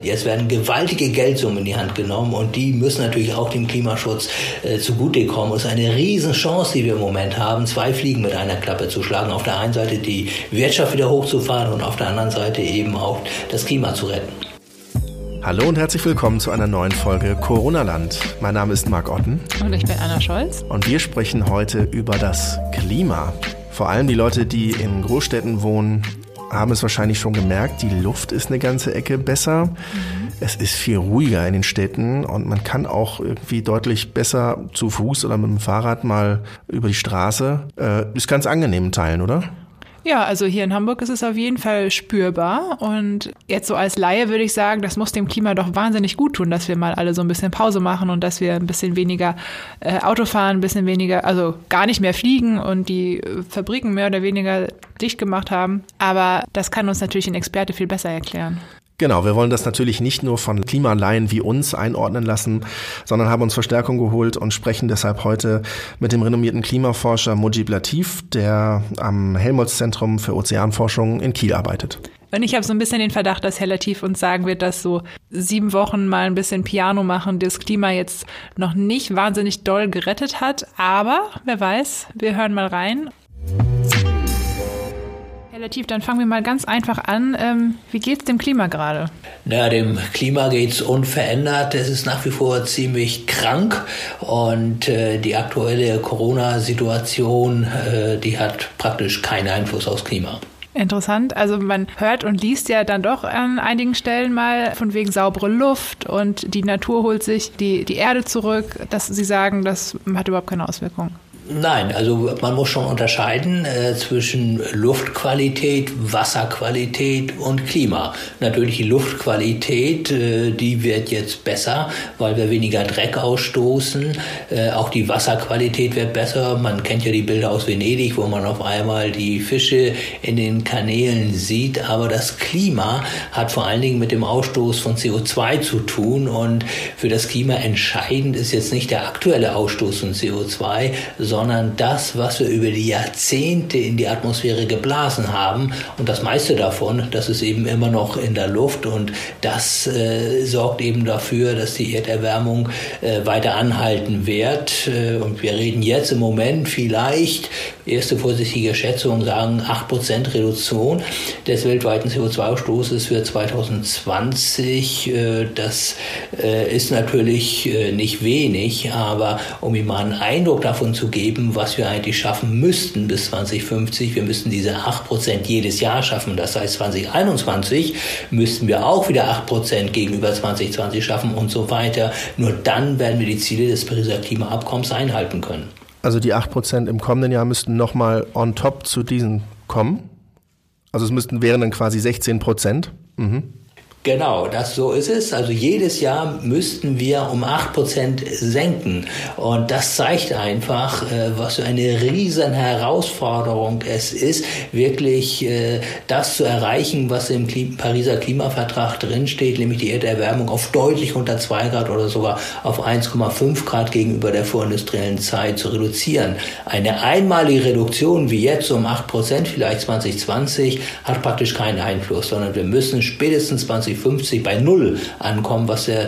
Jetzt werden gewaltige Geldsummen in die Hand genommen und die müssen natürlich auch dem Klimaschutz zugutekommen. Es ist eine Riesenchance, die wir im Moment haben, 2 Fliegen mit einer Klappe zu schlagen. Auf der einen Seite die Wirtschaft wieder hochzufahren und auf der anderen Seite eben auch das Klima zu retten. Hallo und herzlich willkommen zu einer neuen Folge Corona-Land. Mein Name ist Marc Otten. Und ich bin Anna Scholz. Und wir sprechen heute über das Klima. Vor allem die Leute, die in Großstädten wohnen, haben es wahrscheinlich schon gemerkt, die Luft ist eine ganze Ecke besser. Es ist viel ruhiger in den Städten und man kann auch irgendwie deutlich besser zu Fuß oder mit dem Fahrrad mal über die Straße. Ist ganz angenehm in Teilen, oder? Ja, also hier in Hamburg ist es auf jeden Fall spürbar und jetzt so als Laie würde ich sagen, das muss dem Klima doch wahnsinnig gut tun, dass wir mal alle so ein bisschen Pause machen und dass wir ein bisschen weniger Auto fahren, ein bisschen weniger, also gar nicht mehr fliegen und die Fabriken mehr oder weniger dicht gemacht haben. Aber das kann uns natürlich ein Experte viel besser erklären. Genau, wir wollen das natürlich nicht nur von Klimalaien wie uns einordnen lassen, sondern haben uns Verstärkung geholt und sprechen deshalb heute mit dem renommierten Klimaforscher Mujib Latif, der am Helmholtz-Zentrum für Ozeanforschung in Kiel arbeitet. Und ich habe so ein bisschen den Verdacht, dass Herr Latif uns sagen wird, dass so 7 Wochen mal ein bisschen Piano machen das Klima jetzt noch nicht wahnsinnig doll gerettet hat. Aber wer weiß, wir hören mal rein. Herr Latif, dann fangen wir mal ganz einfach an. Wie geht's dem Klima gerade? Na, dem Klima geht's unverändert. Es ist nach wie vor ziemlich krank und die aktuelle Corona-Situation, die hat praktisch keinen Einfluss aufs Klima. Interessant. Also man hört und liest ja dann doch an einigen Stellen mal von wegen saubere Luft und die Natur holt sich die Erde zurück, dass Sie sagen, das hat überhaupt keine Auswirkungen. Nein, also man muss schon unterscheiden zwischen Luftqualität, Wasserqualität und Klima. Natürlich die Luftqualität, die wird jetzt besser, weil wir weniger Dreck ausstoßen. Auch die Wasserqualität wird besser. Man kennt ja die Bilder aus Venedig, wo man auf einmal die Fische in den Kanälen sieht. Aber das Klima hat vor allen Dingen mit dem Ausstoß von CO2 zu tun. Und für das Klima entscheidend ist jetzt nicht der aktuelle Ausstoß von CO2, sondern das, was wir über die Jahrzehnte in die Atmosphäre geblasen haben. Und das meiste davon, das ist eben immer noch in der Luft. Und das sorgt eben dafür, dass die Erderwärmung weiter anhalten wird. Und wir reden jetzt im Moment vielleicht, erste vorsichtige Schätzungen sagen 8% Reduktion des weltweiten CO2-Ausstoßes für 2020. Das ist natürlich nicht wenig, aber um Ihnen mal einen Eindruck davon zu geben, was wir eigentlich schaffen müssten bis 2050. Wir müssten diese 8% jedes Jahr schaffen. Das heißt, 2021 müssten wir auch wieder 8% gegenüber 2020 schaffen und so weiter. Nur dann werden wir die Ziele des Pariser Klimaabkommens einhalten können. Also die 8% im kommenden Jahr müssten nochmal on top zu diesen kommen? Also es wären dann quasi 16%? Genau, so ist es. Also jedes Jahr müssten wir um 8% senken. Und das zeigt einfach, was für eine riesen Herausforderung es ist, wirklich das zu erreichen, was im Pariser Klimavertrag drinsteht, nämlich die Erderwärmung auf deutlich unter 2 Grad oder sogar auf 1,5 Grad gegenüber der vorindustriellen Zeit zu reduzieren. Eine einmalige Reduktion wie jetzt um 8%, vielleicht 2020, hat praktisch keinen Einfluss, sondern wir müssen spätestens 2050 bei Null ankommen, was den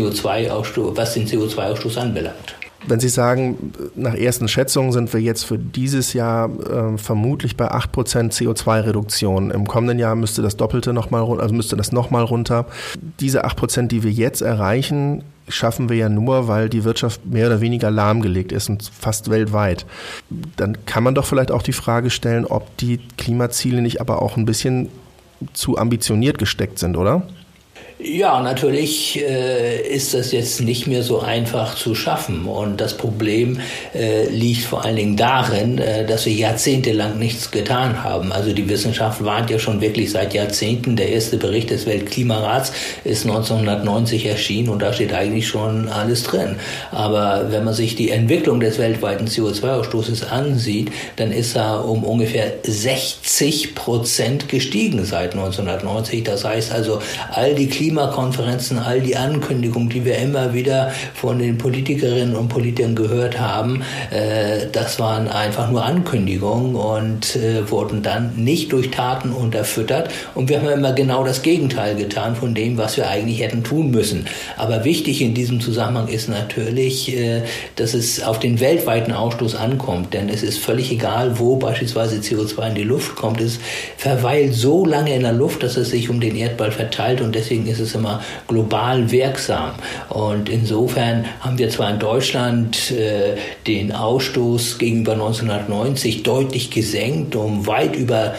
CO2-Ausstoß anbelangt. Wenn Sie sagen, nach ersten Schätzungen sind wir jetzt für dieses Jahr vermutlich bei 8% CO2-Reduktion. Im kommenden Jahr müsste das Doppelte nochmal runter. Diese 8%, die wir jetzt erreichen, schaffen wir ja nur, weil die Wirtschaft mehr oder weniger lahmgelegt ist und fast weltweit. Dann kann man doch vielleicht auch die Frage stellen, ob die Klimaziele nicht aber auch ein bisschen zu ambitioniert gesteckt sind, oder? Ja, natürlich ist das jetzt nicht mehr so einfach zu schaffen. Und das Problem liegt vor allen Dingen darin, dass wir jahrzehntelang nichts getan haben. Also die Wissenschaft warnt ja schon wirklich seit Jahrzehnten. Der erste Bericht des Weltklimarats ist 1990 erschienen und da steht eigentlich schon alles drin. Aber wenn man sich die Entwicklung des weltweiten CO2-Ausstoßes ansieht, dann ist er um ungefähr 60% gestiegen seit 1990. Das heißt also, all die Klimakonferenzen, all die Ankündigungen, die wir immer wieder von den Politikerinnen und Politikern gehört haben, das waren einfach nur Ankündigungen und wurden dann nicht durch Taten unterfüttert. Und wir haben immer genau das Gegenteil getan von dem, was wir eigentlich hätten tun müssen. Aber wichtig in diesem Zusammenhang ist natürlich, dass es auf den weltweiten Ausstoß ankommt. Denn es ist völlig egal, wo beispielsweise CO2 in die Luft kommt. Es verweilt so lange in der Luft, dass es sich um den Erdball verteilt und deswegen ist es immer global wirksam. Und insofern haben wir zwar in Deutschland den Ausstoß gegenüber 1990 deutlich gesenkt, um weit über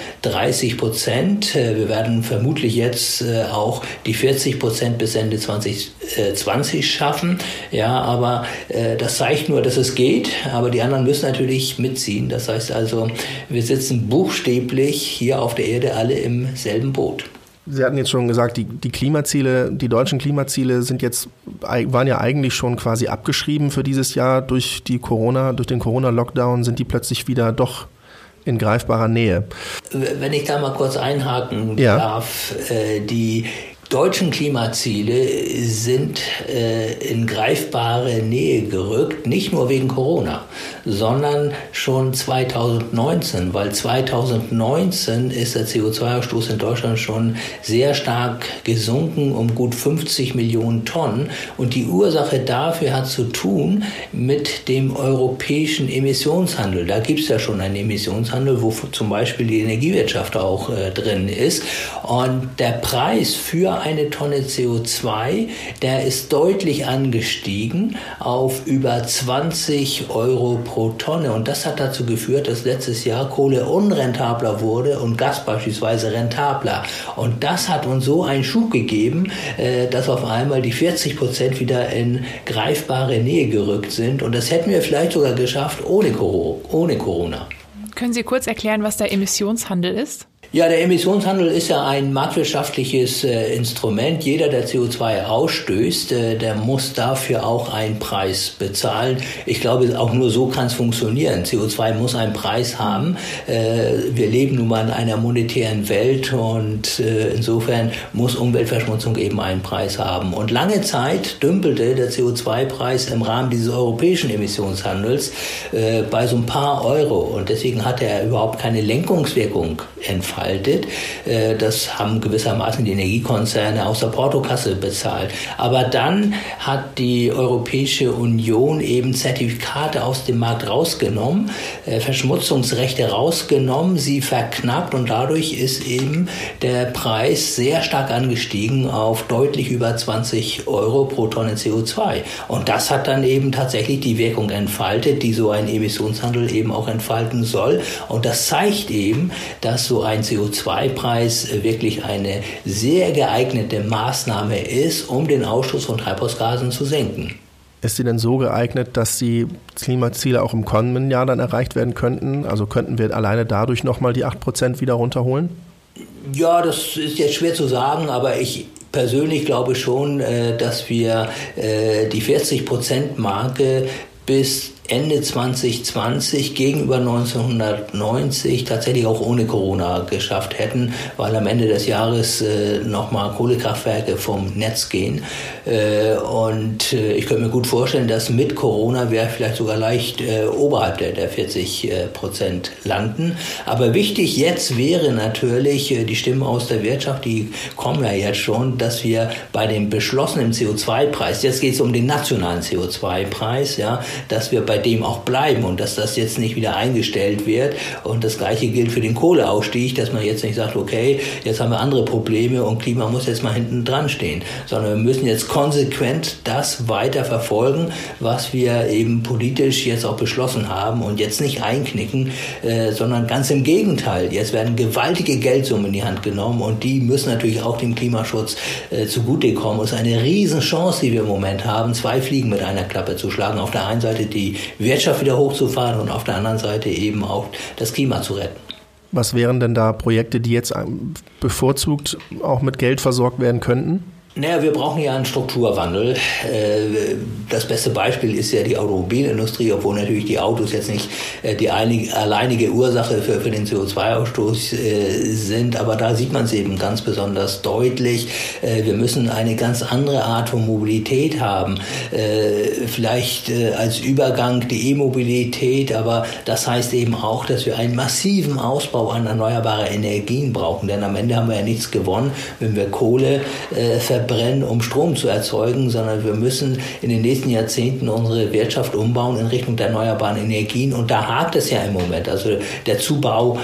30%. Wir werden vermutlich jetzt auch die 40% bis Ende 2020 schaffen. Ja, aber das zeigt nur, dass es geht. Aber die anderen müssen natürlich mitziehen. Das heißt also, wir sitzen buchstäblich hier auf der Erde alle im selben Boot. Sie hatten jetzt schon gesagt, die Klimaziele, die deutschen Klimaziele waren ja eigentlich schon quasi abgeschrieben für dieses Jahr. Durch den Corona-Lockdown sind die plötzlich wieder doch in greifbarer Nähe. Wenn ich da mal kurz einhaken darf, die deutschen Klimaziele sind in greifbare Nähe gerückt, nicht nur wegen Corona, sondern schon 2019, weil 2019 ist der CO2-Ausstoß in Deutschland schon sehr stark gesunken, um gut 50 Millionen Tonnen. Und die Ursache dafür hat zu tun mit dem europäischen Emissionshandel. Da gibt es ja schon einen Emissionshandel, wo zum Beispiel die Energiewirtschaft auch drin ist. Und der Preis für eine Tonne CO2, der ist deutlich angestiegen auf über 20 Euro pro Tonne. Und das hat dazu geführt, dass letztes Jahr Kohle unrentabler wurde und Gas beispielsweise rentabler. Und das hat uns so einen Schub gegeben, dass auf einmal die 40% wieder in greifbare Nähe gerückt sind. Und das hätten wir vielleicht sogar geschafft ohne Corona. Können Sie kurz erklären, was der Emissionshandel ist? Ja, der Emissionshandel ist ja ein marktwirtschaftliches Instrument. Jeder, der CO2 ausstößt, der muss dafür auch einen Preis bezahlen. Ich glaube, auch nur so kann es funktionieren. CO2 muss einen Preis haben. Wir leben nun mal in einer monetären Welt und insofern muss Umweltverschmutzung eben einen Preis haben. Und lange Zeit dümpelte der CO2-Preis im Rahmen dieses europäischen Emissionshandels bei so ein paar Euro. Und deswegen hatte er überhaupt keine Lenkungswirkung entfaltet. Das haben gewissermaßen die Energiekonzerne aus der Portokasse bezahlt. Aber dann hat die Europäische Union eben Zertifikate aus dem Markt rausgenommen, Verschmutzungsrechte rausgenommen, sie verknappt und dadurch ist eben der Preis sehr stark angestiegen auf deutlich über 20 Euro pro Tonne CO2. Und das hat dann eben tatsächlich die Wirkung entfaltet, die so ein Emissionshandel eben auch entfalten soll. Und das zeigt eben, dass so ein CO2-Preis wirklich eine sehr geeignete Maßnahme ist, um den Ausstoß von Treibhausgasen zu senken. Ist sie denn so geeignet, dass die Klimaziele auch im kommenden Jahr dann erreicht werden könnten? Also könnten wir alleine dadurch nochmal die 8% wieder runterholen? Ja, das ist jetzt schwer zu sagen, aber ich persönlich glaube schon, dass wir die 40%-Marke bis Ende 2020 gegenüber 1990 tatsächlich auch ohne Corona geschafft hätten, weil am Ende des Jahres nochmal Kohlekraftwerke vom Netz gehen. Und ich könnte mir gut vorstellen, dass mit Corona wir vielleicht sogar leicht oberhalb der 40% landen. Aber wichtig jetzt wäre natürlich, die Stimmen aus der Wirtschaft, die kommen ja jetzt schon, dass wir bei dem beschlossenen CO2-Preis, jetzt geht es um den nationalen CO2-Preis, ja, dass wir bei dem auch bleiben und dass das jetzt nicht wieder eingestellt wird. Und das Gleiche gilt für den Kohleausstieg, dass man jetzt nicht sagt, okay, jetzt haben wir andere Probleme und Klima muss jetzt mal hinten dran stehen, sondern wir müssen jetzt konsequent das weiter verfolgen, was wir eben politisch jetzt auch beschlossen haben und jetzt nicht einknicken, sondern ganz im Gegenteil. Jetzt werden gewaltige Geldsummen in die Hand genommen und die müssen natürlich auch dem Klimaschutz zugutekommen. Es ist eine Riesenchance, die wir im Moment haben, 2 Fliegen mit einer Klappe zu schlagen. Auf der einen Seite die Wirtschaft wieder hochzufahren und auf der anderen Seite eben auch das Klima zu retten. Was wären denn da Projekte, die jetzt bevorzugt auch mit Geld versorgt werden könnten? Naja, wir brauchen ja einen Strukturwandel. Das beste Beispiel ist ja die Automobilindustrie, obwohl natürlich die Autos jetzt nicht die alleinige Ursache für den CO2-Ausstoß sind. Aber da sieht man es eben ganz besonders deutlich. Wir müssen eine ganz andere Art von Mobilität haben. Vielleicht als Übergang die E-Mobilität, aber das heißt eben auch, dass wir einen massiven Ausbau an erneuerbare Energien brauchen. Denn am Ende haben wir ja nichts gewonnen, wenn wir Kohle verbrennen, um Strom zu erzeugen, sondern wir müssen in den nächsten Jahrzehnten unsere Wirtschaft umbauen in Richtung der erneuerbaren Energien. Und da hakt es ja im Moment. Also der Zubau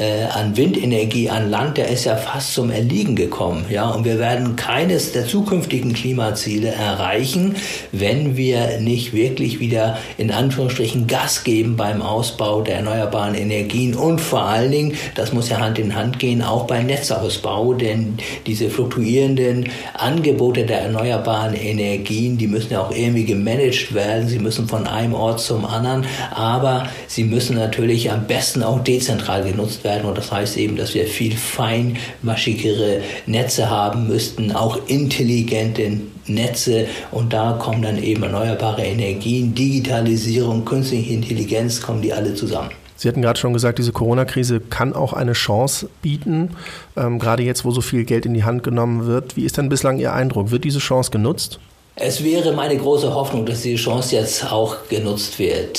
an Windenergie an Land, der ist ja fast zum Erliegen gekommen. Ja? Und wir werden keines der zukünftigen Klimaziele erreichen, wenn wir nicht wirklich wieder in Anführungsstrichen Gas geben beim Ausbau der erneuerbaren Energien und vor allen Dingen, das muss ja Hand in Hand gehen, auch beim Netzausbau, denn diese fluktuierenden Angebote der erneuerbaren Energien, die müssen ja auch irgendwie gemanagt werden. Sie müssen von einem Ort zum anderen, aber sie müssen natürlich am besten auch dezentral genutzt werden. Und das heißt eben, dass wir viel feinmaschigere Netze haben müssten, auch intelligente Netze. Und da kommen dann eben erneuerbare Energien, Digitalisierung, künstliche Intelligenz, kommen die alle zusammen. Sie hatten gerade schon gesagt, diese Corona-Krise kann auch eine Chance bieten, gerade jetzt, wo so viel Geld in die Hand genommen wird. Wie ist denn bislang Ihr Eindruck? Wird diese Chance genutzt? Es wäre meine große Hoffnung, dass diese Chance jetzt auch genutzt wird.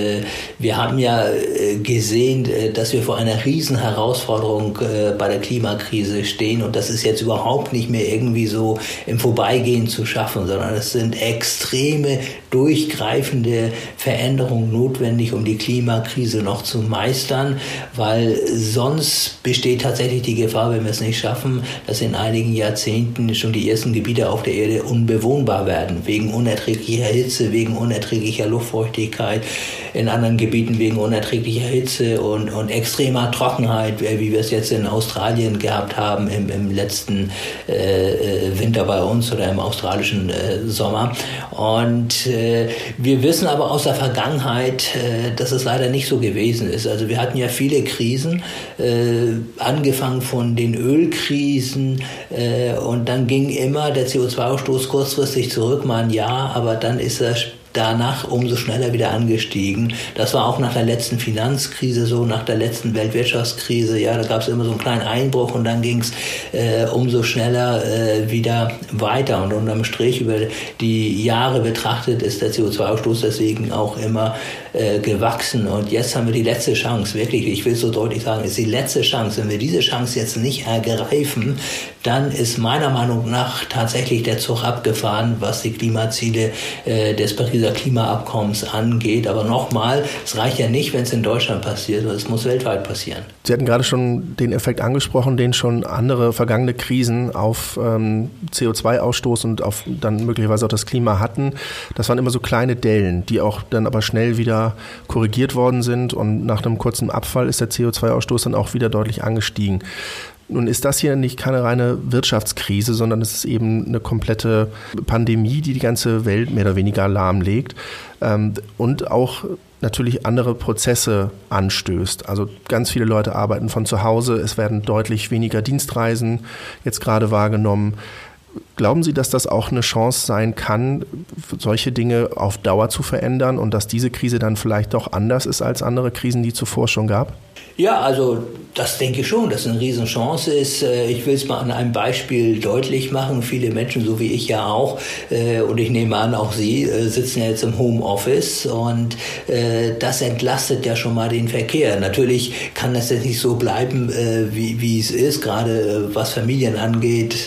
Wir haben ja gesehen, dass wir vor einer riesen Herausforderung bei der Klimakrise stehen und das ist jetzt überhaupt nicht mehr irgendwie so im Vorbeigehen zu schaffen, sondern es sind extreme, durchgreifende Veränderungen notwendig, um die Klimakrise noch zu meistern, weil sonst besteht tatsächlich die Gefahr, wenn wir es nicht schaffen, dass in einigen Jahrzehnten schon die ersten Gebiete auf der Erde unbewohnbar werden, wegen unerträglicher Hitze, wegen unerträglicher Luftfeuchtigkeit, in anderen Gebieten wegen unerträglicher Hitze und extremer Trockenheit, wie wir es jetzt in Australien gehabt haben im letzten Winter bei uns oder im australischen Sommer. Und wir wissen aber aus der Vergangenheit, dass es leider nicht so gewesen ist. Also wir hatten ja viele Krisen, angefangen von den Ölkrisen und dann ging immer der CO2-Ausstoß kurzfristig zurück, mal ein Jahr, aber dann ist er danach umso schneller wieder angestiegen. Das war auch nach der letzten Finanzkrise so, nach der letzten Weltwirtschaftskrise. Ja, da gab es immer so einen kleinen Einbruch und dann ging es umso schneller wieder weiter. Und unterm Strich über die Jahre betrachtet ist der CO2-Ausstoß deswegen auch immer gewachsen. Und jetzt haben wir die letzte Chance, wirklich, ich will es so deutlich sagen, ist die letzte Chance. Wenn wir diese Chance jetzt nicht ergreifen, dann ist meiner Meinung nach tatsächlich der Zug abgefahren, was die Klimaziele des Pariser Klimaabkommens angeht. Aber nochmal, es reicht ja nicht, wenn es in Deutschland passiert, sondern es muss weltweit passieren. Sie hatten gerade schon den Effekt angesprochen, den schon andere vergangene Krisen auf CO2-Ausstoß und auf dann möglicherweise auch das Klima hatten. Das waren immer so kleine Dellen, die auch dann aber schnell wieder korrigiert worden sind und nach einem kurzen Abfall ist der CO2-Ausstoß dann auch wieder deutlich angestiegen. Nun ist das hier nicht keine reine Wirtschaftskrise, sondern es ist eben eine komplette Pandemie, die die ganze Welt mehr oder weniger lahmlegt und auch natürlich andere Prozesse anstößt. Also ganz viele Leute arbeiten von zu Hause, es werden deutlich weniger Dienstreisen jetzt gerade wahrgenommen. Glauben Sie, dass das auch eine Chance sein kann, solche Dinge auf Dauer zu verändern und dass diese Krise dann vielleicht doch anders ist als andere Krisen, die zuvor schon gab? Ja, also das denke ich schon, dass es eine Riesenchance ist. Ich will es mal an einem Beispiel deutlich machen. Viele Menschen, so wie ich ja auch, und ich nehme an, auch Sie, sitzen ja jetzt im Homeoffice und das entlastet ja schon mal den Verkehr. Natürlich kann das jetzt nicht so bleiben, wie es ist, gerade was Familien angeht,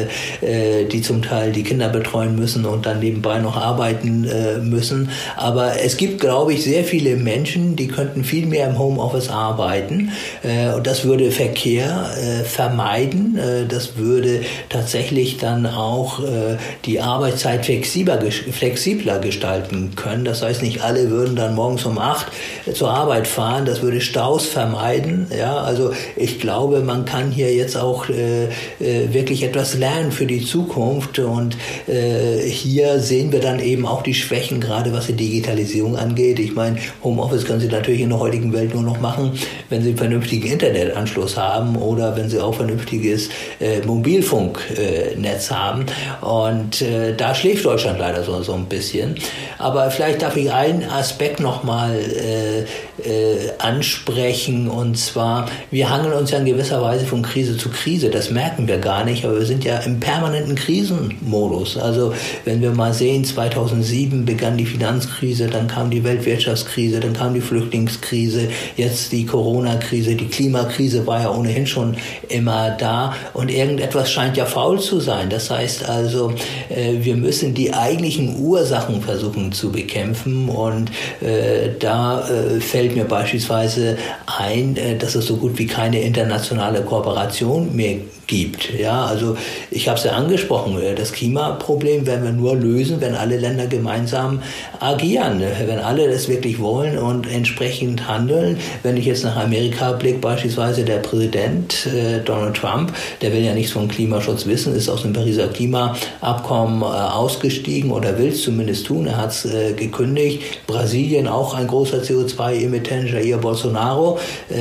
die zum Teil die Kinder betreuen müssen und dann nebenbei noch arbeiten müssen. Aber es gibt, glaube ich, sehr viele Menschen, die könnten viel mehr im Homeoffice arbeiten. Und das würde Verkehr vermeiden. Das würde tatsächlich dann auch die Arbeitszeit flexibler gestalten können. Das heißt, nicht alle würden dann morgens um 8 zur Arbeit fahren. Das würde Staus vermeiden. Ja, also ich glaube, man kann hier jetzt auch wirklich etwas lernen für die Zukunft. Zukunft. Und hier sehen wir dann eben auch die Schwächen, gerade was die Digitalisierung angeht. Ich meine, Homeoffice können Sie natürlich in der heutigen Welt nur noch machen, wenn Sie einen vernünftigen Internetanschluss haben oder wenn Sie auch vernünftiges Mobilfunknetz haben. Und da schläft Deutschland leider so ein bisschen. Aber vielleicht darf ich einen Aspekt nochmal ansprechen, und zwar, wir hangeln uns ja in gewisser Weise von Krise zu Krise. Das merken wir gar nicht, aber wir sind ja im permanenten Krisenmodus. Also wenn wir mal sehen, 2007 begann die Finanzkrise, dann kam die Weltwirtschaftskrise, dann kam die Flüchtlingskrise, jetzt die Corona-Krise, die Klimakrise war ja ohnehin schon immer da, und irgendetwas scheint ja faul zu sein. Das heißt also, wir müssen die eigentlichen Ursachen versuchen zu bekämpfen, und da fällt mir beispielsweise ein, dass es so gut wie keine internationale Kooperation mehr gibt. Ja, also ich habe es ja angesprochen, das Klimaproblem werden wir nur lösen, wenn alle Länder gemeinsam agieren, wenn alle das wirklich wollen und entsprechend handeln. Wenn ich jetzt nach Amerika blicke, beispielsweise der Präsident Donald Trump, der will ja nichts vom Klimaschutz wissen, ist aus dem Pariser Klimaabkommen ausgestiegen oder will es zumindest tun, er hat es gekündigt. Brasilien, auch ein großer CO2-Emittent, Jair Bolsonaro,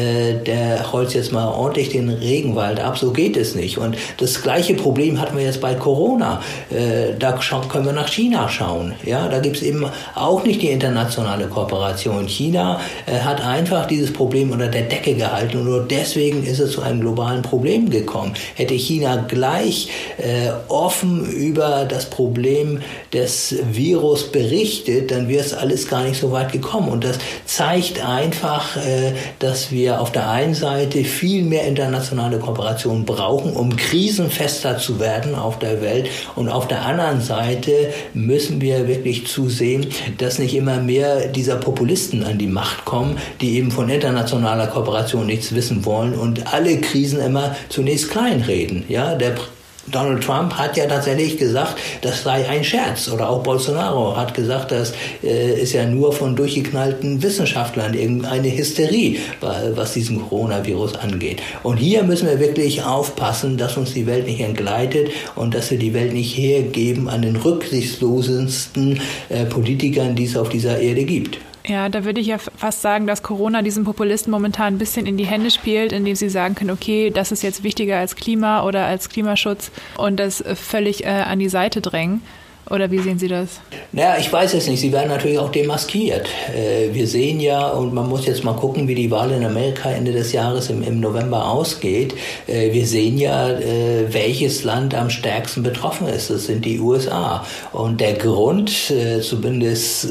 der holzt jetzt mal ordentlich den Regenwald ab, so geht es nicht. Und das gleiche Problem hatten wir jetzt bei Corona. Da können wir nach China schauen. Ja, da gibt es eben auch nicht die internationale Kooperation. China hat einfach dieses Problem unter der Decke gehalten, und nur deswegen ist es zu einem globalen Problem gekommen. Hätte China gleich offen über das Problem des Virus berichtet, dann wäre es alles gar nicht so weit gekommen. Und das zeigt einfach, dass wir auf der einen Seite viel mehr internationale Kooperation brauchen, um krisenfester zu werden auf der Welt. Und auf der anderen Seite müssen wir wirklich zusehen, dass nicht immer mehr dieser Populisten an die Macht kommen, die eben von internationaler Kooperation nichts wissen wollen und alle Krisen immer zunächst kleinreden. Ja, der Donald Trump hat ja tatsächlich gesagt, das sei ein Scherz. Oder auch Bolsonaro hat gesagt, das ist ja nur von durchgeknallten Wissenschaftlern irgendeine Hysterie, was diesen Coronavirus angeht. Und hier müssen wir wirklich aufpassen, dass uns die Welt nicht entgleitet und dass wir die Welt nicht hergeben an den rücksichtslosesten Politikern, die es auf dieser Erde gibt. Ja, da würde ich ja fast sagen, dass Corona diesen Populisten momentan ein bisschen in die Hände spielt, indem sie sagen können, okay, das ist jetzt wichtiger als Klima oder als Klimaschutz, und das völlig an die Seite drängen. Oder wie sehen Sie das? Naja, ich weiß es nicht. Sie werden natürlich auch demaskiert. Wir sehen ja, und man muss jetzt mal gucken, wie die Wahl in Amerika Ende des Jahres im November ausgeht. Wir sehen ja, welches Land am stärksten betroffen ist. Das sind die USA. Und der Grund, zumindest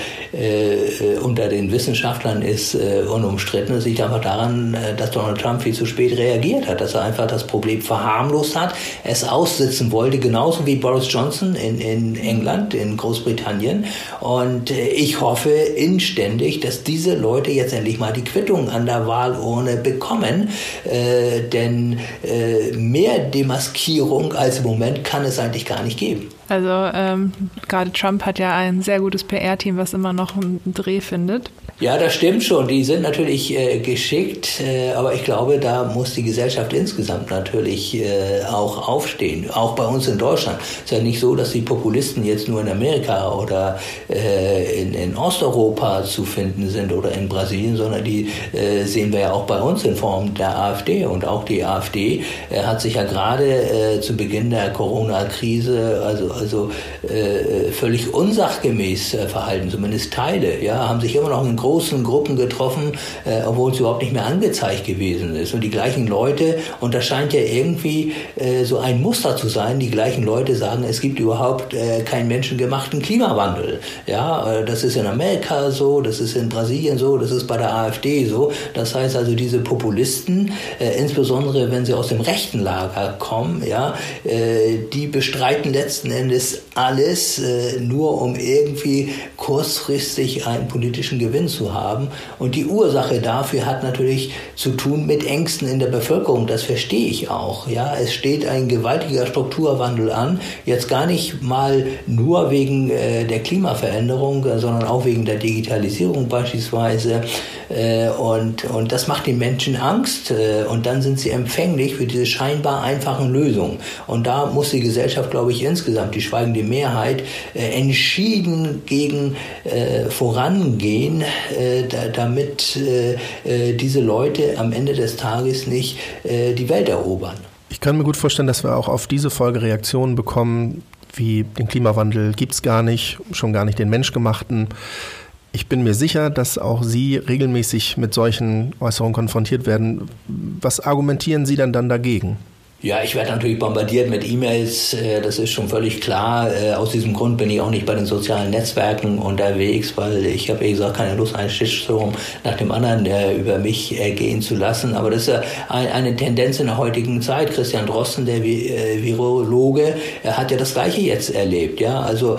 unter den Wissenschaftlern, ist unumstritten. Es liegt einfach daran, dass Donald Trump viel zu spät reagiert hat, dass er einfach das Problem verharmlost hat, es aussitzen wollte, genauso wie Boris Johnson in England, in Großbritannien. Und ich hoffe inständig, dass diese Leute jetzt endlich mal die Quittung an der Wahlurne bekommen, denn mehr Demaskierung als im Moment kann es eigentlich gar nicht geben. Also gerade Trump hat ja ein sehr gutes PR-Team, was immer noch einen Dreh findet. Ja, das stimmt schon. Die sind natürlich geschickt, aber ich glaube, da muss die Gesellschaft insgesamt natürlich auch aufstehen. Auch bei uns in Deutschland. Es ist ja nicht so, dass die Populisten jetzt nur in Amerika oder in Osteuropa zu finden sind oder in Brasilien, sondern die sehen wir ja auch bei uns in Form der AfD. Und auch die AfD hat sich ja gerade zu Beginn der Corona-Krise also völlig unsachgemäß verhalten, zumindest Teile. Ja, haben sich immer noch in großen Gruppen getroffen, obwohl es überhaupt nicht mehr angezeigt gewesen ist. Und die gleichen Leute, und das scheint ja irgendwie so ein Muster zu sein, die gleichen Leute sagen, es gibt überhaupt keinen menschengemachten Klimawandel. Ja, das ist in Amerika so, das ist in Brasilien so, das ist bei der AfD so. Das heißt also, diese Populisten, insbesondere wenn sie aus dem rechten Lager kommen, ja, die bestreiten letzten Endes alles nur um irgendwie kurzfristig einen politischen Gewinn zu haben. Und die Ursache dafür hat natürlich zu tun mit Ängsten in der Bevölkerung. Das verstehe ich auch. Ja, es steht ein gewaltiger Strukturwandel an. Jetzt gar nicht mal nur wegen der Klimaveränderung, sondern auch wegen der Digitalisierung beispielsweise. Und das macht den Menschen Angst. Und dann sind sie empfänglich für diese scheinbar einfachen Lösungen. Und da muss die Gesellschaft, glaube ich, insgesamt, die schweigende Mehrheit, entschieden gegen vorangehen, damit diese Leute am Ende des Tages nicht die Welt erobern. Ich kann mir gut vorstellen, dass wir auch auf diese Folge Reaktionen bekommen, wie den Klimawandel gibt es gar nicht, schon gar nicht den menschgemachten. Ich bin mir sicher, dass auch Sie regelmäßig mit solchen Äußerungen konfrontiert werden. Was argumentieren Sie dann dagegen? Ja, ich werde natürlich bombardiert mit E-Mails, das ist schon völlig klar. Aus diesem Grund bin ich auch nicht bei den sozialen Netzwerken unterwegs, weil ich habe, wie gesagt, keine Lust, einen Shitstorm nach dem anderen über mich ergehen zu lassen. Aber das ist ja eine Tendenz in der heutigen Zeit. Christian Drosten, der Virologe, hat ja das Gleiche jetzt erlebt. Ja, also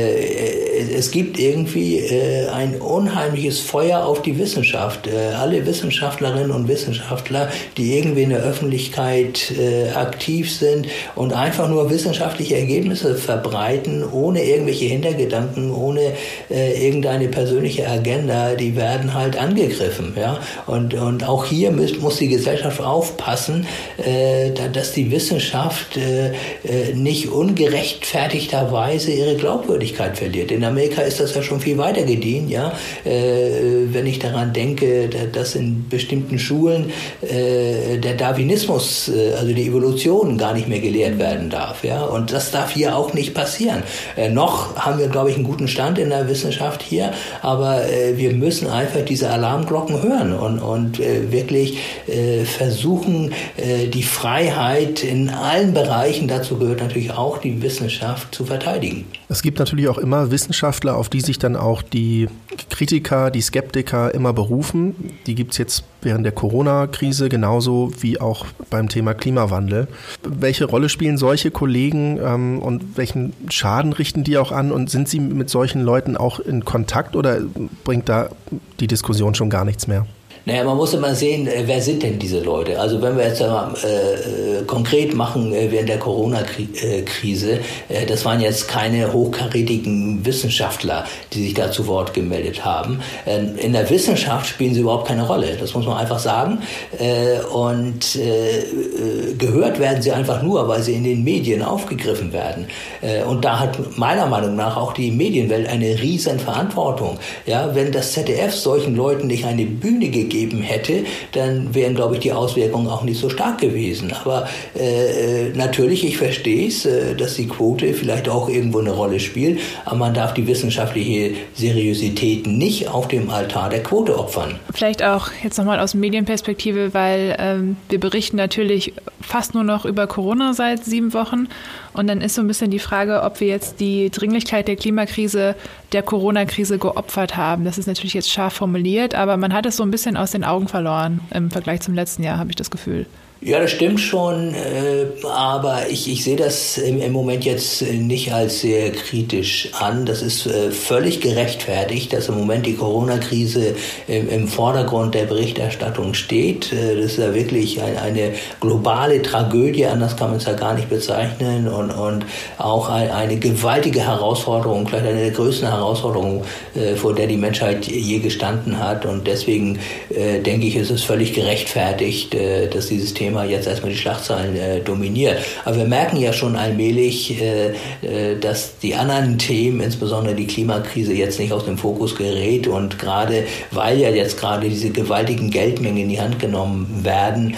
es gibt irgendwie ein unheimliches Feuer auf die Wissenschaft. Alle Wissenschaftlerinnen und Wissenschaftler, die irgendwie in der Öffentlichkeit aktiv sind und einfach nur wissenschaftliche Ergebnisse verbreiten, ohne irgendwelche Hintergedanken, ohne irgendeine persönliche Agenda, die werden halt angegriffen. Ja? Und auch hier muss die Gesellschaft aufpassen, dass die Wissenschaft nicht ungerechtfertigterweise ihre Glaubwürdigkeit verliert. In Amerika ist das ja schon viel weiter gediehen. Ja? Wenn ich daran denke, dass in bestimmten Schulen der Darwinismus, also die Evolution gar nicht mehr gelehrt werden darf. Ja? Und das darf hier auch nicht passieren. Noch haben wir, glaube ich, einen guten Stand in der Wissenschaft hier, aber wir müssen einfach diese Alarmglocken hören und wirklich versuchen, die Freiheit in allen Bereichen, dazu gehört natürlich auch die Wissenschaft, zu verteidigen. Es gibt natürlich auch immer Wissenschaftler, auf die sich dann auch die Kritiker, die Skeptiker immer berufen. Die gibt es jetzt während der Corona-Krise genauso wie auch beim Thema Klimawandel. Welche Rolle spielen solche Kollegen und welchen Schaden richten die auch an? Und sind Sie mit solchen Leuten auch in Kontakt oder bringt da die Diskussion schon gar nichts mehr? Naja, man muss immer sehen, wer sind denn diese Leute? Also wenn wir jetzt konkret machen während der Corona-Krise, das waren jetzt keine hochkarätigen Wissenschaftler, die sich da zu Wort gemeldet haben. In der Wissenschaft spielen sie überhaupt keine Rolle, das muss man einfach sagen. Und gehört werden sie einfach nur, weil sie in den Medien aufgegriffen werden. Und da hat meiner Meinung nach auch die Medienwelt eine riesen Verantwortung. Ja, wenn das ZDF solchen Leuten nicht eine Bühne gegeben hätte, dann wären, glaube ich, die Auswirkungen auch nicht so stark gewesen. Aber natürlich, ich verstehe es, dass die Quote vielleicht auch irgendwo eine Rolle spielt, aber man darf die wissenschaftliche Seriosität nicht auf dem Altar der Quote opfern. Vielleicht auch jetzt nochmal aus Medienperspektive, weil wir berichten natürlich fast nur noch über Corona seit 7 Wochen. Und dann ist so ein bisschen die Frage, ob wir jetzt die Dringlichkeit der Klimakrise der Corona-Krise geopfert haben. Das ist natürlich jetzt scharf formuliert, aber man hat es so ein bisschen aus den Augen verloren im Vergleich zum letzten Jahr, habe ich das Gefühl. Ja, das stimmt schon, aber ich sehe das im Moment jetzt nicht als sehr kritisch an. Das ist völlig gerechtfertigt, dass im Moment die Corona-Krise im Vordergrund der Berichterstattung steht. Das ist ja wirklich eine globale Tragödie, anders kann man es ja gar nicht bezeichnen, und auch eine gewaltige Herausforderung, vielleicht eine der größten Herausforderungen, vor der die Menschheit je gestanden hat. Und deswegen denke ich, ist es völlig gerechtfertigt, dass dieses Thema jetzt erstmal die Schlagzeilen dominiert. Aber wir merken ja schon allmählich, dass die anderen Themen, insbesondere die Klimakrise, jetzt nicht aus dem Fokus gerät. Und gerade, weil ja jetzt gerade diese gewaltigen Geldmengen in die Hand genommen werden,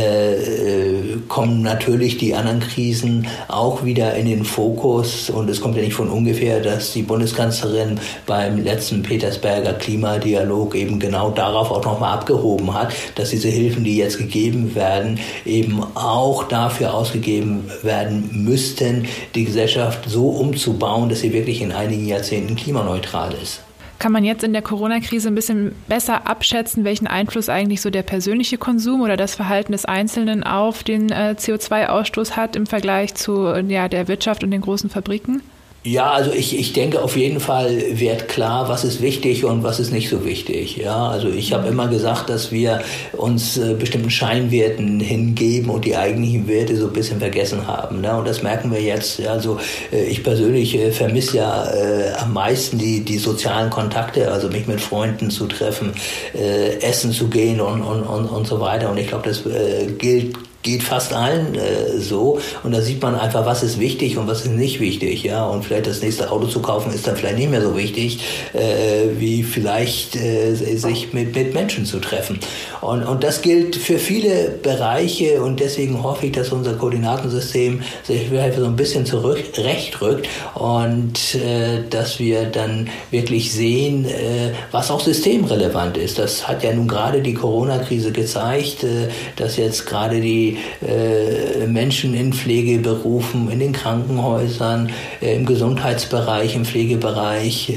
kommen natürlich die anderen Krisen auch wieder in den Fokus. Und es kommt ja nicht von ungefähr, dass die Bundeskanzlerin beim letzten Petersberger Klimadialog eben genau darauf auch nochmal abgehoben hat, dass diese Hilfen, die jetzt gegeben werden, eben auch dafür ausgegeben werden müssten, die Gesellschaft so umzubauen, dass sie wirklich in einigen Jahrzehnten klimaneutral ist. Kann man jetzt in der Corona-Krise ein bisschen besser abschätzen, welchen Einfluss eigentlich so der persönliche Konsum oder das Verhalten des Einzelnen auf den CO2-Ausstoß hat im Vergleich zu der Wirtschaft und den großen Fabriken? Ja, also ich denke auf jeden Fall wird klar, was ist wichtig und was ist nicht so wichtig. Ja, also ich habe immer gesagt, dass wir uns bestimmten Scheinwerten hingeben und die eigentlichen Werte so ein bisschen vergessen haben. Ne? Und das merken wir jetzt. Also ich persönlich vermisse ja am meisten die sozialen Kontakte, also mich mit Freunden zu treffen, essen zu gehen und so weiter. Und ich glaube, das geht fast allen so, und da sieht man einfach, was ist wichtig und was ist nicht wichtig, ja, und vielleicht das nächste Auto zu kaufen ist dann vielleicht nicht mehr so wichtig, wie vielleicht sich mit Menschen zu treffen, und das gilt für viele Bereiche, und deswegen hoffe ich, dass unser Koordinatensystem sich so ein bisschen zurechtrückt und dass wir dann wirklich sehen, was auch systemrelevant ist. Das hat ja nun gerade die Corona-Krise gezeigt, dass jetzt gerade die Menschen in Pflegeberufen, in den Krankenhäusern, im Gesundheitsbereich, im Pflegebereich,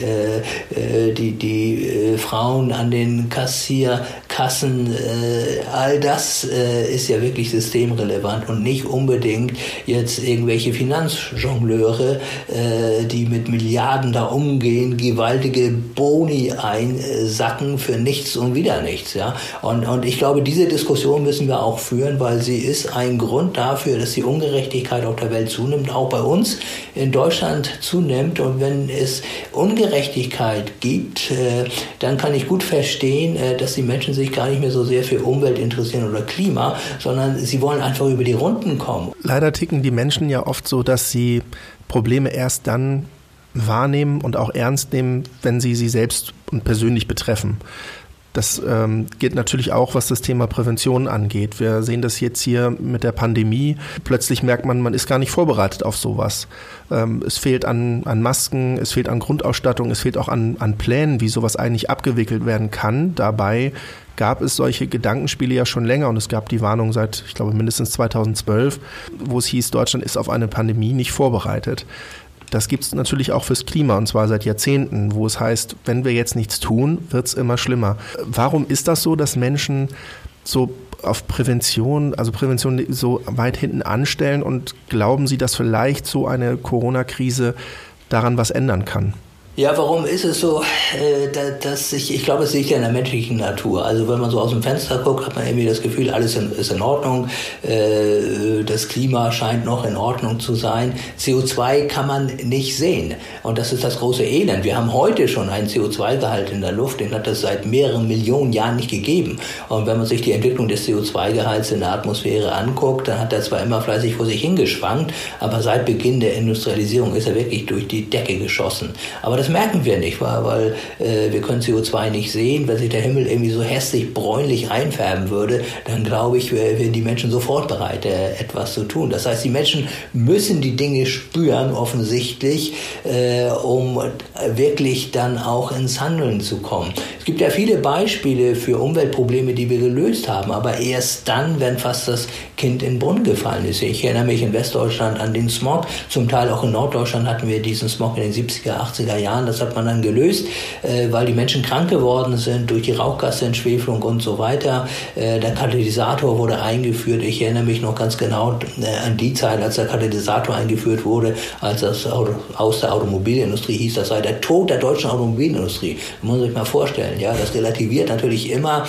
die Frauen an den Kassen, all das ist ja wirklich systemrelevant und nicht unbedingt jetzt irgendwelche Finanzjongleure, die mit Milliarden da umgehen, gewaltige Boni einsacken für nichts und wieder nichts. Ja? Und ich glaube, diese Diskussion müssen wir auch führen, weil sie ist ein Grund dafür, dass die Ungerechtigkeit auf der Welt zunimmt, auch bei uns in Deutschland zunimmt. Und wenn es Ungerechtigkeit gibt, dann kann ich gut verstehen, dass die Menschen sich gar nicht mehr so sehr für Umwelt interessieren oder Klima, sondern sie wollen einfach über die Runden kommen. Leider ticken die Menschen ja oft so, dass sie Probleme erst dann wahrnehmen und auch ernst nehmen, wenn sie selbst und persönlich betreffen. Das gilt natürlich auch, was das Thema Prävention angeht. Wir sehen das jetzt hier mit der Pandemie. Plötzlich merkt man ist gar nicht vorbereitet auf sowas. Es fehlt an Masken, es fehlt an Grundausstattung, es fehlt auch an Plänen, wie sowas eigentlich abgewickelt werden kann. Dabei gab es solche Gedankenspiele ja schon länger, und es gab die Warnung seit, ich glaube, mindestens 2012, wo es hieß, Deutschland ist auf eine Pandemie nicht vorbereitet. Das gibt es natürlich auch fürs Klima, und zwar seit Jahrzehnten, wo es heißt, wenn wir jetzt nichts tun, wird es immer schlimmer. Warum ist das so, dass Menschen so auf Prävention so weit hinten anstellen, und glauben Sie, dass vielleicht so eine Corona-Krise daran was ändern kann? Ja, warum ist es so, dass ich glaube, es liegt ja in der menschlichen Natur. Also wenn man so aus dem Fenster guckt, hat man irgendwie das Gefühl, alles ist in Ordnung. Das Klima scheint noch in Ordnung zu sein. CO2 kann man nicht sehen. Und das ist das große Elend. Wir haben heute schon einen CO2-Gehalt in der Luft, den hat es seit mehreren Millionen Jahren nicht gegeben. Und wenn man sich die Entwicklung des CO2-Gehalts in der Atmosphäre anguckt, dann hat er zwar immer fleißig vor sich hingeschwankt, aber seit Beginn der Industrialisierung ist er wirklich durch die Decke geschossen. Aber das merken wir nicht, weil wir können CO2 nicht sehen. Wenn sich der Himmel irgendwie so hässlich bräunlich einfärben würde, dann glaube ich, wären die Menschen sofort bereit, etwas zu tun. Das heißt, die Menschen müssen die Dinge spüren, offensichtlich, um wirklich dann auch ins Handeln zu kommen. Es gibt ja viele Beispiele für Umweltprobleme, die wir gelöst haben, aber erst dann, wenn fast das Kind in den Brunnen gefallen ist. Ich erinnere mich in Westdeutschland an den Smog, zum Teil auch in Norddeutschland hatten wir diesen Smog in den 70er, 80er Jahren. Das hat man dann gelöst, weil die Menschen krank geworden sind durch die Rauchgasentschwefelung und so weiter. Der Katalysator wurde eingeführt. Ich erinnere mich noch ganz genau an die Zeit, als der Katalysator eingeführt wurde, als das aus der Automobilindustrie hieß, das sei der Tod der deutschen Automobilindustrie. Das muss man sich mal vorstellen. Ja, das relativiert natürlich immer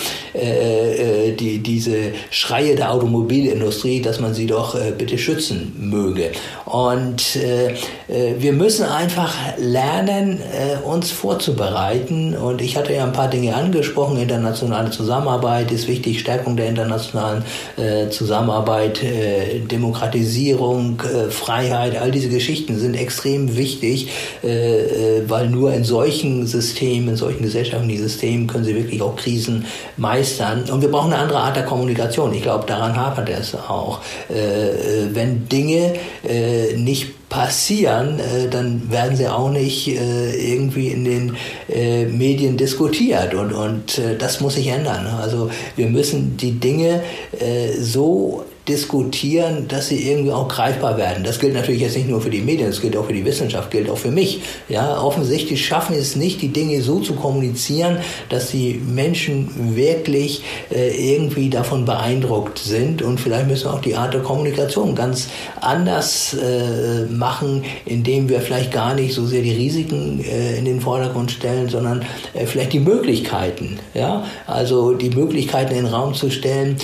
diese Schreie der Automobilindustrie, dass man sie doch bitte schützen möge. Und wir müssen einfach lernen, uns vorzubereiten. Und ich hatte ja ein paar Dinge angesprochen. Internationale Zusammenarbeit ist wichtig, Stärkung der internationalen Zusammenarbeit, Demokratisierung, Freiheit, all diese Geschichten sind extrem wichtig, weil nur in solchen Systemen, in solchen gesellschaftlichen Systemen können sie wirklich auch Krisen meistern. Und wir brauchen eine andere Art der Kommunikation. Ich glaube, daran hapert es auch. Wenn Dinge nicht passieren, dann werden sie auch nicht irgendwie in den Medien diskutiert, und das muss sich ändern. Also wir müssen die Dinge so diskutieren, dass sie irgendwie auch greifbar werden. Das gilt natürlich jetzt nicht nur für die Medien, das gilt auch für die Wissenschaft, gilt auch für mich. Ja, offensichtlich schaffen es nicht, die Dinge so zu kommunizieren, dass die Menschen wirklich irgendwie davon beeindruckt sind, und vielleicht müssen wir auch die Art der Kommunikation ganz anders machen, indem wir vielleicht gar nicht so sehr die Risiken in den Vordergrund stellen, sondern vielleicht die Möglichkeiten. Ja? Also die Möglichkeiten in den Raum zu stellen,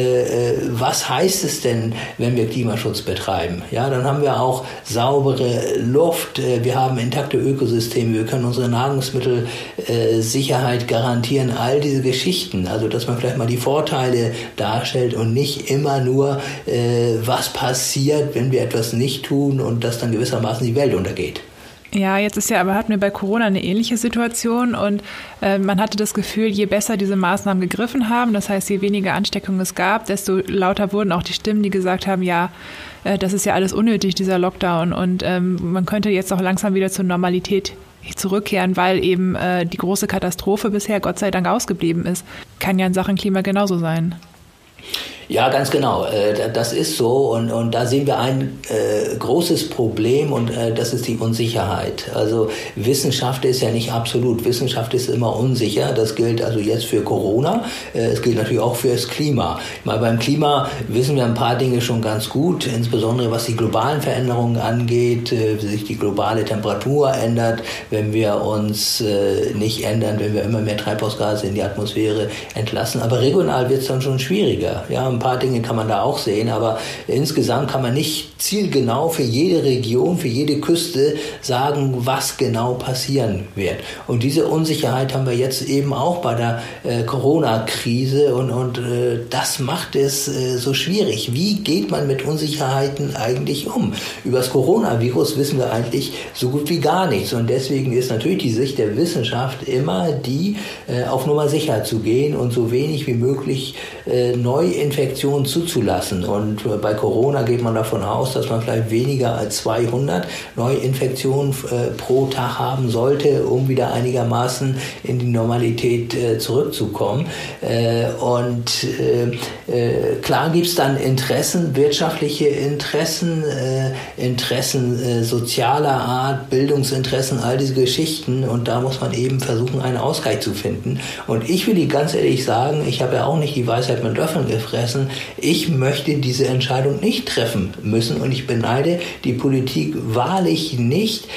was heißt es denn, wenn wir Klimaschutz betreiben? Ja, dann haben wir auch saubere Luft, wir haben intakte Ökosysteme, wir können unsere Nahrungsmittelsicherheit garantieren, all diese Geschichten. Also dass man vielleicht mal die Vorteile darstellt und nicht immer nur, was passiert, wenn wir etwas nicht tun und dass dann gewissermaßen die Welt untergeht. Ja, jetzt hatten wir bei Corona eine ähnliche Situation, und man hatte das Gefühl, je besser diese Maßnahmen gegriffen haben, das heißt, je weniger Ansteckungen es gab, desto lauter wurden auch die Stimmen, die gesagt haben, ja, das ist ja alles unnötig, dieser Lockdown, und man könnte jetzt auch langsam wieder zur Normalität zurückkehren, weil eben die große Katastrophe bisher Gott sei Dank ausgeblieben ist. Kann ja in Sachen Klima genauso sein. Ja, ganz genau. Das ist so, und da sehen wir ein großes Problem, und das ist die Unsicherheit. Also Wissenschaft ist ja nicht absolut. Wissenschaft ist immer unsicher. Das gilt also jetzt für Corona. Es gilt natürlich auch für das Klima. Mal beim Klima wissen wir ein paar Dinge schon ganz gut, insbesondere was die globalen Veränderungen angeht, wie sich die globale Temperatur ändert, wenn wir uns nicht ändern, wenn wir immer mehr Treibhausgase in die Atmosphäre entlassen. Aber regional wird es dann schon schwieriger. Ja, ein paar Dinge kann man da auch sehen, aber insgesamt kann man nicht zielgenau für jede Region, für jede Küste sagen, was genau passieren wird. Und diese Unsicherheit haben wir jetzt eben auch bei der Corona-Krise, und das macht es so schwierig. Wie geht man mit Unsicherheiten eigentlich um? Über das Coronavirus wissen wir eigentlich so gut wie gar nichts, und deswegen ist natürlich die Sicht der Wissenschaft immer die, auf Nummer sicher zu gehen und so wenig wie möglich Neuinfektionen zuzulassen. Und bei Corona geht man davon aus, dass man vielleicht weniger als 200 Neuinfektionen pro Tag haben sollte, um wieder einigermaßen in die Normalität zurückzukommen. Klar gibt es dann Interessen, wirtschaftliche Interessen, Interessen sozialer Art, Bildungsinteressen, all diese Geschichten, und da muss man eben versuchen, einen Ausgleich zu finden. Und ich will ganz ehrlich sagen, ich habe ja auch nicht die Weisheit mit Löffeln gefressen. Ich möchte diese Entscheidung nicht treffen müssen, und ich beneide die Politik wahrlich nicht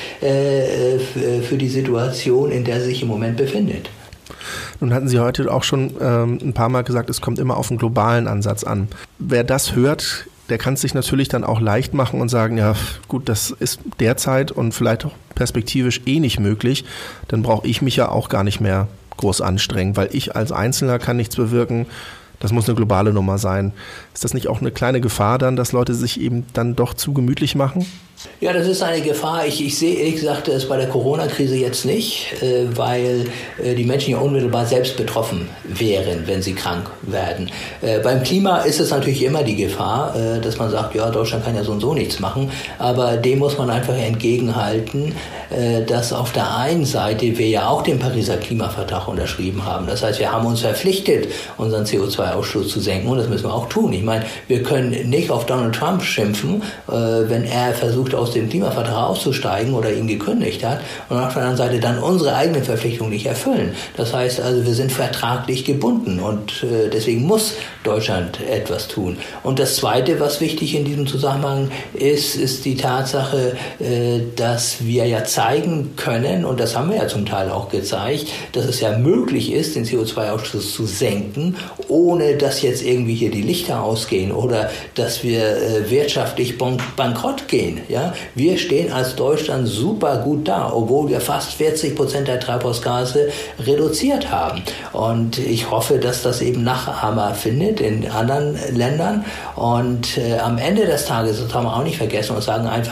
für die Situation, in der sie sich im Moment befindet. Nun hatten Sie heute auch schon ein paar Mal gesagt, es kommt immer auf einen globalen Ansatz an. Wer das hört, der kann es sich natürlich dann auch leicht machen und sagen, ja gut, das ist derzeit und vielleicht auch perspektivisch nicht möglich, dann brauche ich mich ja auch gar nicht mehr groß anstrengen, weil ich als Einzelner kann nichts bewirken. Das muss eine globale Nummer sein. Ist das nicht auch eine kleine Gefahr dann, dass Leute sich eben dann doch zu gemütlich machen? Ja, das ist eine Gefahr. Ich sehe ehrlich gesagt es bei der Corona-Krise jetzt nicht, weil die Menschen ja unmittelbar selbst betroffen wären, wenn sie krank werden. Beim Klima ist es natürlich immer die Gefahr, dass man sagt, ja, Deutschland kann ja so und so nichts machen, aber dem muss man einfach entgegenhalten, dass auf der einen Seite wir ja auch den Pariser Klimavertrag unterschrieben haben. Das heißt, wir haben uns verpflichtet, unseren CO2-Ausstoß zu senken, und das müssen wir auch tun. Ich meine, wir können nicht auf Donald Trump schimpfen, wenn er versucht, aus dem Klimavertrag auszusteigen oder ihn gekündigt hat, und auf der anderen Seite dann unsere eigenen Verpflichtungen nicht erfüllen. Das heißt also, wir sind vertraglich gebunden, und deswegen muss Deutschland etwas tun. Und das Zweite, was wichtig in diesem Zusammenhang ist die Tatsache, dass wir ja zeigen können, und das haben wir ja zum Teil auch gezeigt, dass es ja möglich ist, den CO2-Ausstoß zu senken, ohne dass jetzt irgendwie hier die Lichter ausgehen oder dass wir wirtschaftlich bankrott gehen. Ja? Wir stehen als Deutschland super gut da, obwohl wir fast 40% der Treibhausgase reduziert haben. Und ich hoffe, dass das eben Nachahmer findet in anderen Ländern. Und am Ende des Tages, das haben wir auch nicht vergessen, und sagen einfach,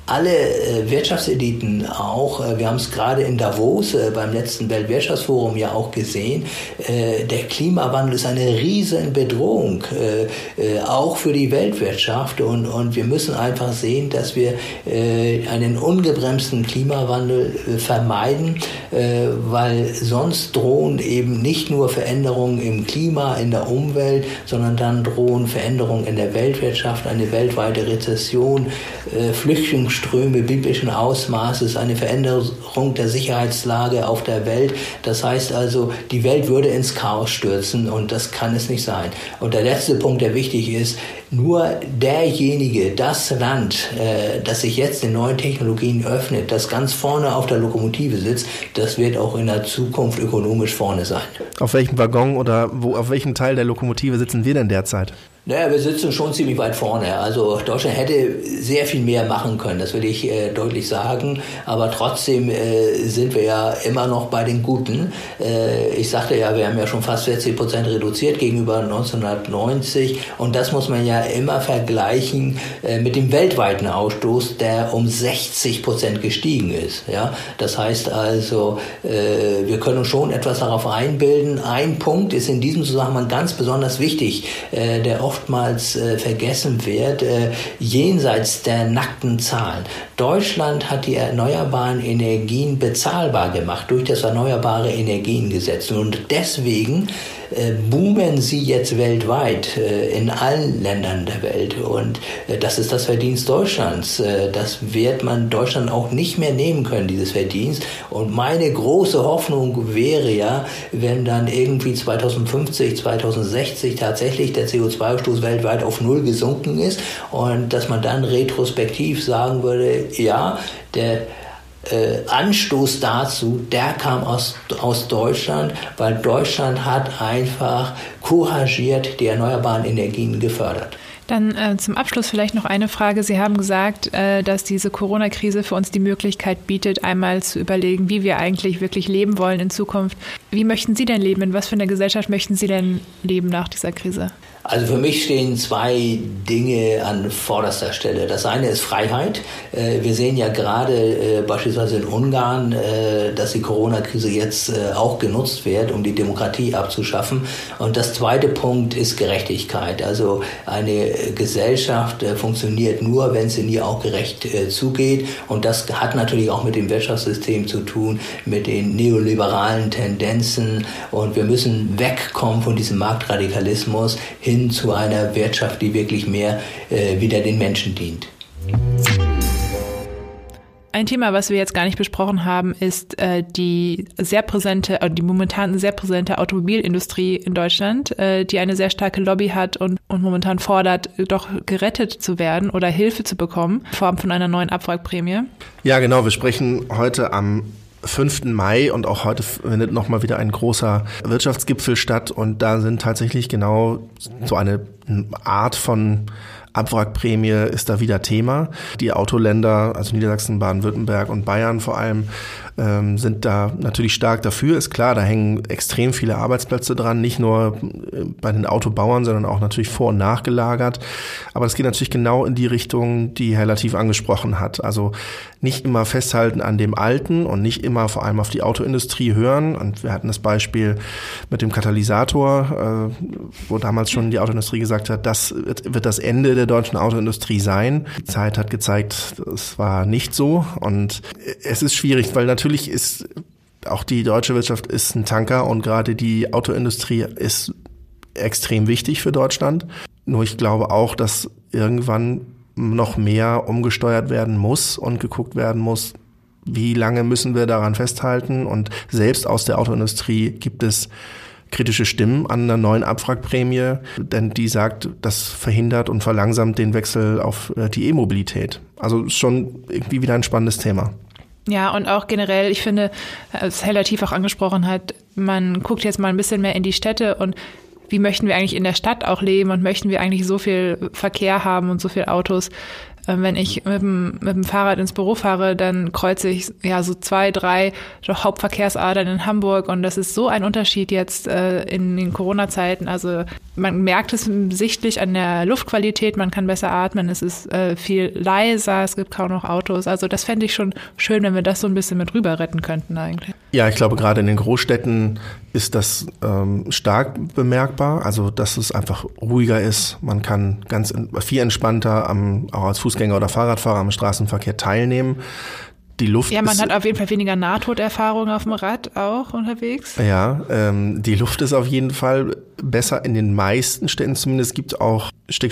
alle Wirtschaftseliten auch, wir haben es gerade in Davos beim letzten Weltwirtschaftsforum ja auch gesehen, der Klimawandel ist eine riesen Bedrohung, auch für die Weltwirtschaft und wir müssen einfach sehen, dass wir einen ungebremsten Klimawandel vermeiden, weil sonst drohen eben nicht nur Veränderungen im Klima, in der Umwelt, sondern dann drohen Veränderungen in der Weltwirtschaft, eine weltweite Rezession, Flüchtlingsströme biblischen Ausmaßes, eine Veränderung der Sicherheitslage auf der Welt. Das heißt also, die Welt würde ins Chaos stürzen und das kann es nicht sein. Und der letzte Punkt, der wichtig ist, nur derjenige, das Land, das sich jetzt den neuen Technologien öffnet, das ganz vorne auf der Lokomotive sitzt, das wird auch in der Zukunft ökonomisch vorne sein. Auf welchem Waggon oder auf welchem Teil der Lokomotive sitzen wir denn derzeit? Naja, wir sitzen schon ziemlich weit vorne. Also Deutschland hätte sehr viel mehr machen können, das will ich deutlich sagen. Aber trotzdem sind wir ja immer noch bei den Guten. Ich sagte ja, wir haben ja schon fast 40% reduziert gegenüber 1990. Und das muss man ja immer vergleichen mit dem weltweiten Ausstoß, der um 60% gestiegen ist. Ja, das heißt also, wir können schon etwas darauf einbilden. Ein Punkt ist in diesem Zusammenhang ganz besonders wichtig, der oftmals vergessen wird, jenseits der nackten Zahlen. Deutschland hat die erneuerbaren Energien bezahlbar gemacht durch das Erneuerbare Energiengesetz. Und deswegen boomen sie jetzt weltweit in allen Ländern der Welt. Und das ist das Verdienst Deutschlands. Das wird man Deutschland auch nicht mehr nehmen können, dieses Verdienst. Und meine große Hoffnung wäre ja, wenn dann irgendwie 2050, 2060 tatsächlich der CO2-Ausstoß weltweit auf 0 gesunken ist und dass man dann retrospektiv sagen würde, ja, der Anstoß dazu, der kam aus Deutschland, weil Deutschland hat einfach couragiert die erneuerbaren Energien gefördert. Dann zum Abschluss vielleicht noch eine Frage. Sie haben gesagt, dass diese Corona-Krise für uns die Möglichkeit bietet, einmal zu überlegen, wie wir eigentlich wirklich leben wollen in Zukunft. Wie möchten Sie denn leben? In was für einer Gesellschaft möchten Sie denn leben nach dieser Krise? Also für mich stehen 2 Dinge an vorderster Stelle. Das eine ist Freiheit. Wir sehen ja gerade beispielsweise in Ungarn, dass die Corona-Krise jetzt auch genutzt wird, um die Demokratie abzuschaffen. Und das zweite Punkt ist Gerechtigkeit. Also eine Gesellschaft funktioniert nur, wenn es in ihr auch gerecht zugeht. Und das hat natürlich auch mit dem Wirtschaftssystem zu tun, mit den neoliberalen Tendenzen. Und wir müssen wegkommen von diesem Marktradikalismus hin zu einer Wirtschaft, die wirklich mehr wieder den Menschen dient. Ein Thema, was wir jetzt gar nicht besprochen haben, ist die momentan sehr präsente Automobilindustrie in Deutschland, die eine sehr starke Lobby hat und momentan fordert, doch gerettet zu werden oder Hilfe zu bekommen, in Form von einer neuen Abwrackprämie. Ja, genau. Wir sprechen heute am 5. Mai und auch heute findet nochmal wieder ein großer Wirtschaftsgipfel statt und da sind tatsächlich genau so eine Art von Abwrackprämie ist da wieder Thema. Die Autoländer, also Niedersachsen, Baden-Württemberg und Bayern vor allem, sind da natürlich stark dafür. Ist klar, da hängen extrem viele Arbeitsplätze dran, nicht nur bei den Autobauern, sondern auch natürlich vor- und nachgelagert. Aber das geht natürlich genau in die Richtung, die Herr Latif angesprochen hat. Also nicht immer festhalten an dem Alten und nicht immer vor allem auf die Autoindustrie hören. Und wir hatten das Beispiel mit dem Katalysator, wo damals schon die Autoindustrie gesagt hat, das wird das Ende der deutschen Autoindustrie sein. Die Zeit hat gezeigt, es war nicht so. Und es ist schwierig, weil natürlich ist auch die deutsche Wirtschaft ist ein Tanker und gerade die Autoindustrie ist extrem wichtig für Deutschland. Nur ich glaube auch, dass irgendwann noch mehr umgesteuert werden muss und geguckt werden muss, wie lange müssen wir daran festhalten. Und selbst aus der Autoindustrie gibt es kritische Stimmen an einer neuen Abwrackprämie, denn die sagt, das verhindert und verlangsamt den Wechsel auf die E-Mobilität. Also schon irgendwie wieder ein spannendes Thema. Ja, und auch generell, ich finde, was Herr Latif auch angesprochen hat, man guckt jetzt mal ein bisschen mehr in die Städte und wie möchten wir eigentlich in der Stadt auch leben und möchten wir eigentlich so viel Verkehr haben und so viele Autos, Wenn ich mit dem Fahrrad ins Büro fahre, dann kreuze ich ja so 2, 3 Hauptverkehrsadern in Hamburg und das ist so ein Unterschied jetzt in den Corona-Zeiten. Also man merkt es sichtlich an der Luftqualität, man kann besser atmen, es ist viel leiser, es gibt kaum noch Autos. Also das fände ich schon schön, wenn wir das so ein bisschen mit rüber retten könnten eigentlich. Ja, ich glaube, gerade in den Großstädten ist das stark bemerkbar. Also, dass es einfach ruhiger ist. Man kann viel entspannter auch als Fußgänger oder Fahrradfahrer am Straßenverkehr teilnehmen. Die Luft man hat auf jeden Fall weniger Nahtoderfahrung auf dem Rad auch unterwegs. Ja, die Luft ist auf jeden Fall besser in den meisten Städten zumindest. Es gibt auch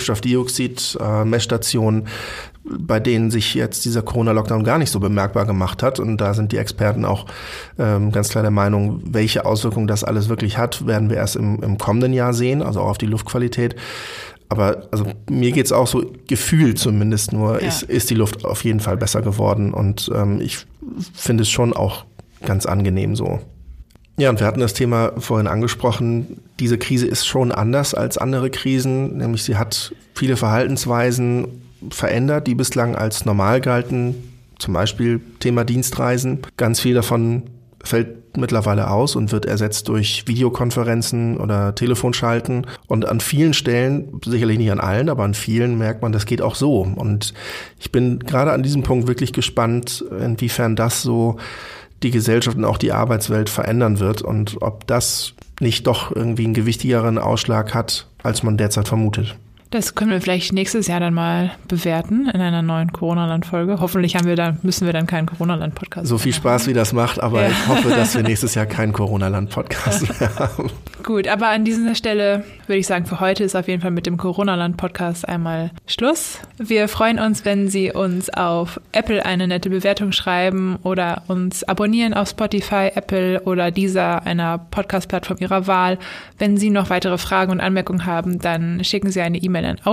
Stickstoffdioxid-Messstationen, bei denen sich jetzt dieser Corona-Lockdown gar nicht so bemerkbar gemacht hat. Und da sind die Experten auch ganz klar der Meinung, welche Auswirkungen das alles wirklich hat, werden wir erst im kommenden Jahr sehen, also auch auf die Luftqualität. Aber also mir geht's auch so, gefühlt zumindest nur, ist die Luft auf jeden Fall besser geworden. Und ich finde es schon auch ganz angenehm so. Ja, und wir hatten das Thema vorhin angesprochen. Diese Krise ist schon anders als andere Krisen. Nämlich sie hat viele Verhaltensweisen verändert, die bislang als normal galten. Zum Beispiel Thema Dienstreisen. Ganz viel davon fällt mittlerweile aus und wird ersetzt durch Videokonferenzen oder Telefonschalten. Und an vielen Stellen, sicherlich nicht an allen, aber an vielen merkt man, das geht auch so. Und ich bin gerade an diesem Punkt wirklich gespannt, inwiefern das so die Gesellschaft und auch die Arbeitswelt verändern wird und ob das nicht doch irgendwie einen gewichtigeren Ausschlag hat, als man derzeit vermutet. Das können wir vielleicht nächstes Jahr dann mal bewerten in einer neuen Corona-Land-Folge. Hoffentlich müssen wir dann keinen Corona-Land-Podcast so viel Spaß, wie das macht, aber ich hoffe, dass wir nächstes Jahr keinen Corona-Land-Podcast mehr haben. Gut, aber an dieser Stelle würde ich sagen, für heute ist auf jeden Fall mit dem Corona-Land-Podcast einmal Schluss. Wir freuen uns, wenn Sie uns auf Apple eine nette Bewertung schreiben oder uns abonnieren auf Spotify, Apple oder dieser einer Podcast-Plattform Ihrer Wahl. Wenn Sie noch weitere Fragen und Anmerkungen haben, dann schicken Sie eine E-Mail an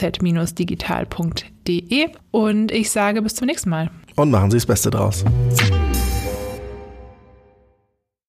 audio@noz-digital.de und ich sage bis zum nächsten Mal. Und machen Sie das Beste draus.